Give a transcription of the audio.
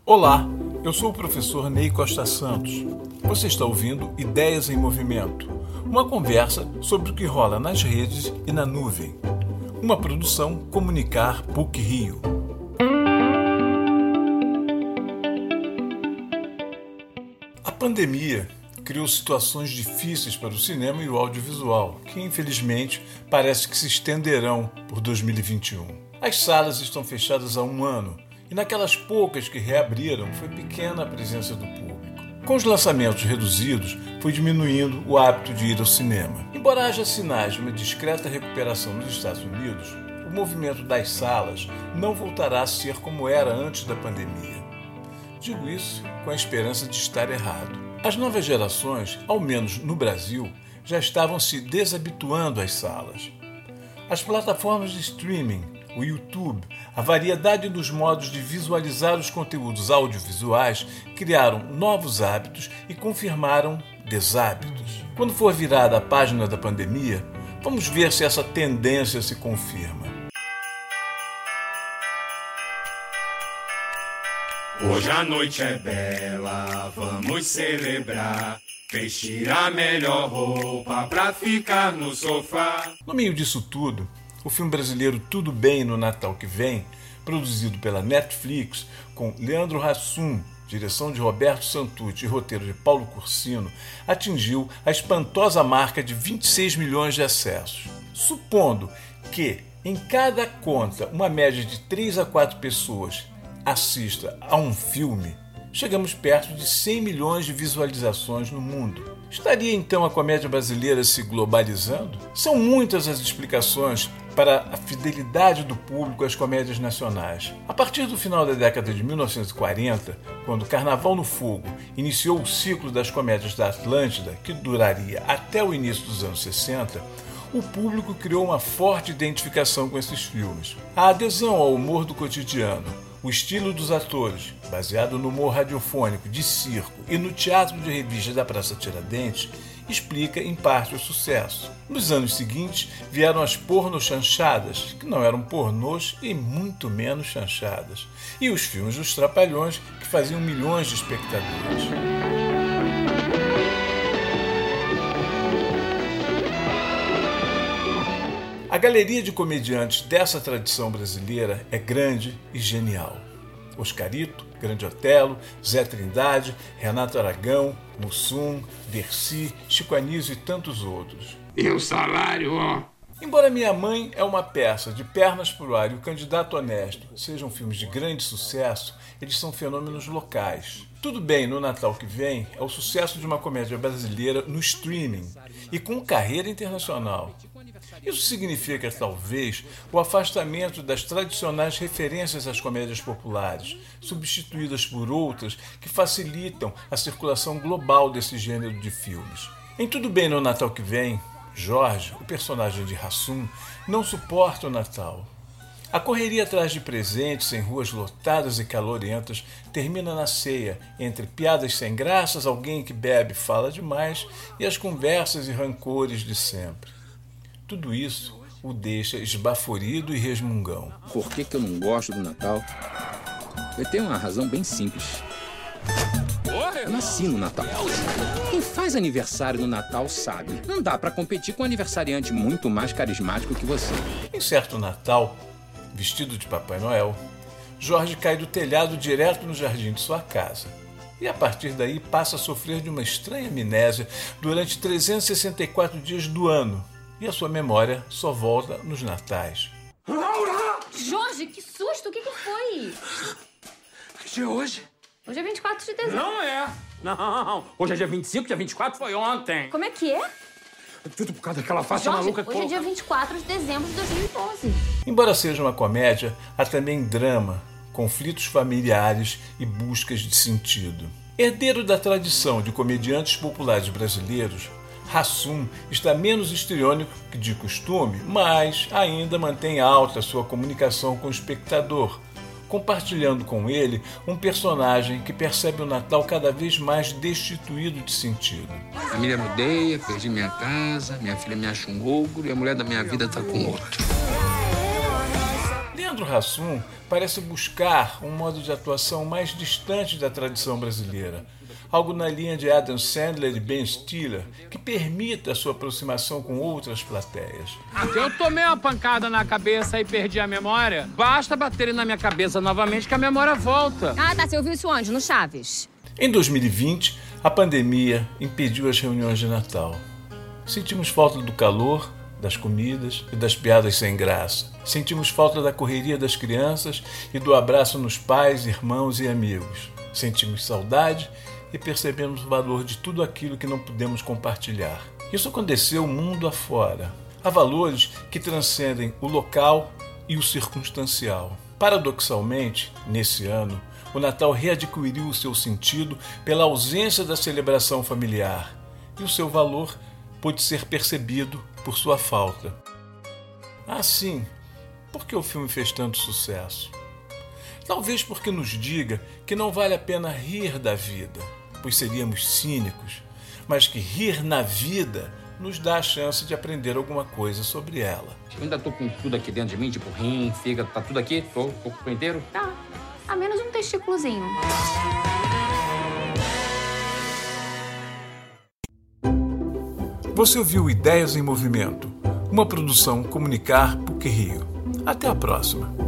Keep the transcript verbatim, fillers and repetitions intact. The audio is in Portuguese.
Olá, eu sou o professor Ney Costa Santos. Você está ouvindo Ideias em Movimento, uma conversa sobre o que rola nas redes e na nuvem. Uma produção Comunicar P U C Rio. A pandemia criou situações difíceis para o cinema e o audiovisual, que infelizmente parece que se estenderão por dois mil e vinte e um. As salas estão fechadas há um ano, e naquelas poucas que reabriram foi pequena a presença do público. Com os lançamentos reduzidos, foi diminuindo o hábito de ir ao cinema. Embora haja sinais de uma discreta recuperação nos Estados Unidos, o movimento das salas não voltará a ser como era antes da pandemia. Digo isso com a esperança de estar errado. As novas gerações, ao menos no Brasil, já estavam se desabituando às salas. As plataformas de streaming, o YouTube, a variedade dos modos de visualizar os conteúdos audiovisuais criaram novos hábitos e confirmaram deshábitos. Quando for virada a página da pandemia, vamos ver se essa tendência se confirma. Hoje a noite é bela, vamos celebrar. Vestir a melhor roupa pra ficar no sofá. No meio disso tudo, o filme brasileiro Tudo Bem no Natal que Vem, produzido pela Netflix, com Leandro Hassum, direção de Roberto Santucci e roteiro de Paulo Cursino, atingiu a espantosa marca de vinte e seis milhões de acessos. Supondo que, em cada conta, uma média de três a quatro pessoas assista a um filme, chegamos perto de cem milhões de visualizações no mundo. Estaria então a comédia brasileira se globalizando? São muitas as explicações para a fidelidade do público às comédias nacionais. A partir do final da década de mil novecentos e quarenta, quando Carnaval no Fogo iniciou o ciclo das comédias da Atlântida, que duraria até o início dos anos sessenta, o público criou uma forte identificação com esses filmes. A adesão ao humor do cotidiano, o estilo dos atores, baseado no humor radiofônico de circo e no teatro de revista da Praça Tiradentes, explica em parte o sucesso. Nos anos seguintes vieram as pornochanchadas, que não eram pornôs e muito menos chanchadas, e os filmes dos Trapalhões, que faziam milhões de espectadores. A galeria de comediantes dessa tradição brasileira é grande e genial. Oscarito, Grande Otelo, Zé Trindade, Renato Aragão, Mussum, Dercy, Chico Anísio e tantos outros. E o salário, ó? Embora Minha Mãe é uma peça de pernas pro ar e O Candidato Honesto sejam filmes de grande sucesso, eles são fenômenos locais. Tudo Bem no Natal que Vem é o sucesso de uma comédia brasileira no streaming e com carreira internacional. Isso significa, talvez, o afastamento das tradicionais referências às comédias populares, substituídas por outras que facilitam a circulação global desse gênero de filmes. Em Tudo Bem no Natal que Vem, Jorge, o personagem de Hassum, não suporta o Natal. A correria atrás de presentes em ruas lotadas e calorentas termina na ceia, entre piadas sem graças, alguém que bebe e fala demais e as conversas e rancores de sempre. Tudo isso o deixa esbaforido e resmungão. Por que que eu não gosto do Natal? Eu tenho uma razão bem simples. Eu nasci no Natal. Quem faz aniversário no Natal sabe. Não dá pra competir com um aniversariante muito mais carismático que você. Em certo Natal, vestido de Papai Noel, Jorge cai do telhado direto no jardim de sua casa. E a partir daí passa a sofrer de uma estranha amnésia durante trezentos e sessenta e quatro dias do ano. E a sua memória só volta nos natais. Laura! Jorge, que susto! O que que foi? Que dia é hoje? Hoje é vinte e quatro de dezembro. Não é! Não! Hoje é dia vinte e cinco, dia vinte e quatro foi ontem. Como é que é? Tudo por causa daquela face Jorge, maluca. hoje é dia vinte e quatro de dezembro de dois mil e doze. Embora seja uma comédia, há também drama, conflitos familiares e buscas de sentido. Herdeiro da tradição de comediantes populares brasileiros, Hassum está menos histriônico que de costume, mas ainda mantém alta sua comunicação com o espectador, compartilhando com ele um personagem que percebe o Natal cada vez mais destituído de sentido. A família me odeia, perdi minha casa, minha filha me acha um ogro e a mulher da minha vida tá com outro. Leandro Leandro Hassum parece buscar um modo de atuação mais distante da tradição brasileira, algo na linha de Adam Sandler e Ben Stiller, que permita a sua aproximação com outras plateias. Se eu tomei uma pancada na cabeça e perdi a memória, basta baterem na minha cabeça novamente que a memória volta. Ah, tá. Você ouviu isso onde? No Chaves? Em dois mil e vinte, a pandemia impediu as reuniões de Natal. Sentimos falta do calor, das comidas e das piadas sem graça. Sentimos falta da correria das crianças e do abraço nos pais, irmãos e amigos. Sentimos saudade e percebemos o valor de tudo aquilo que não pudemos compartilhar. Isso aconteceu mundo afora. Há valores que transcendem o local e o circunstancial. Paradoxalmente, nesse ano, o Natal readquiriu o seu sentido pela ausência da celebração familiar e o seu valor pôde ser percebido por sua falta. Ah, sim, por que o filme fez tanto sucesso? Talvez porque nos diga que não vale a pena rir da vida, pois seríamos cínicos, mas que rir na vida nos dá a chance de aprender alguma coisa sobre ela. Eu ainda tô com tudo aqui dentro de mim, tipo rim, fígado, tá tudo aqui? Tô, tô com o inteiro? Tá, a menos um testículozinho. Você ouviu Ideias em Movimento, uma produção Comunicar P U C Rio. Até a próxima.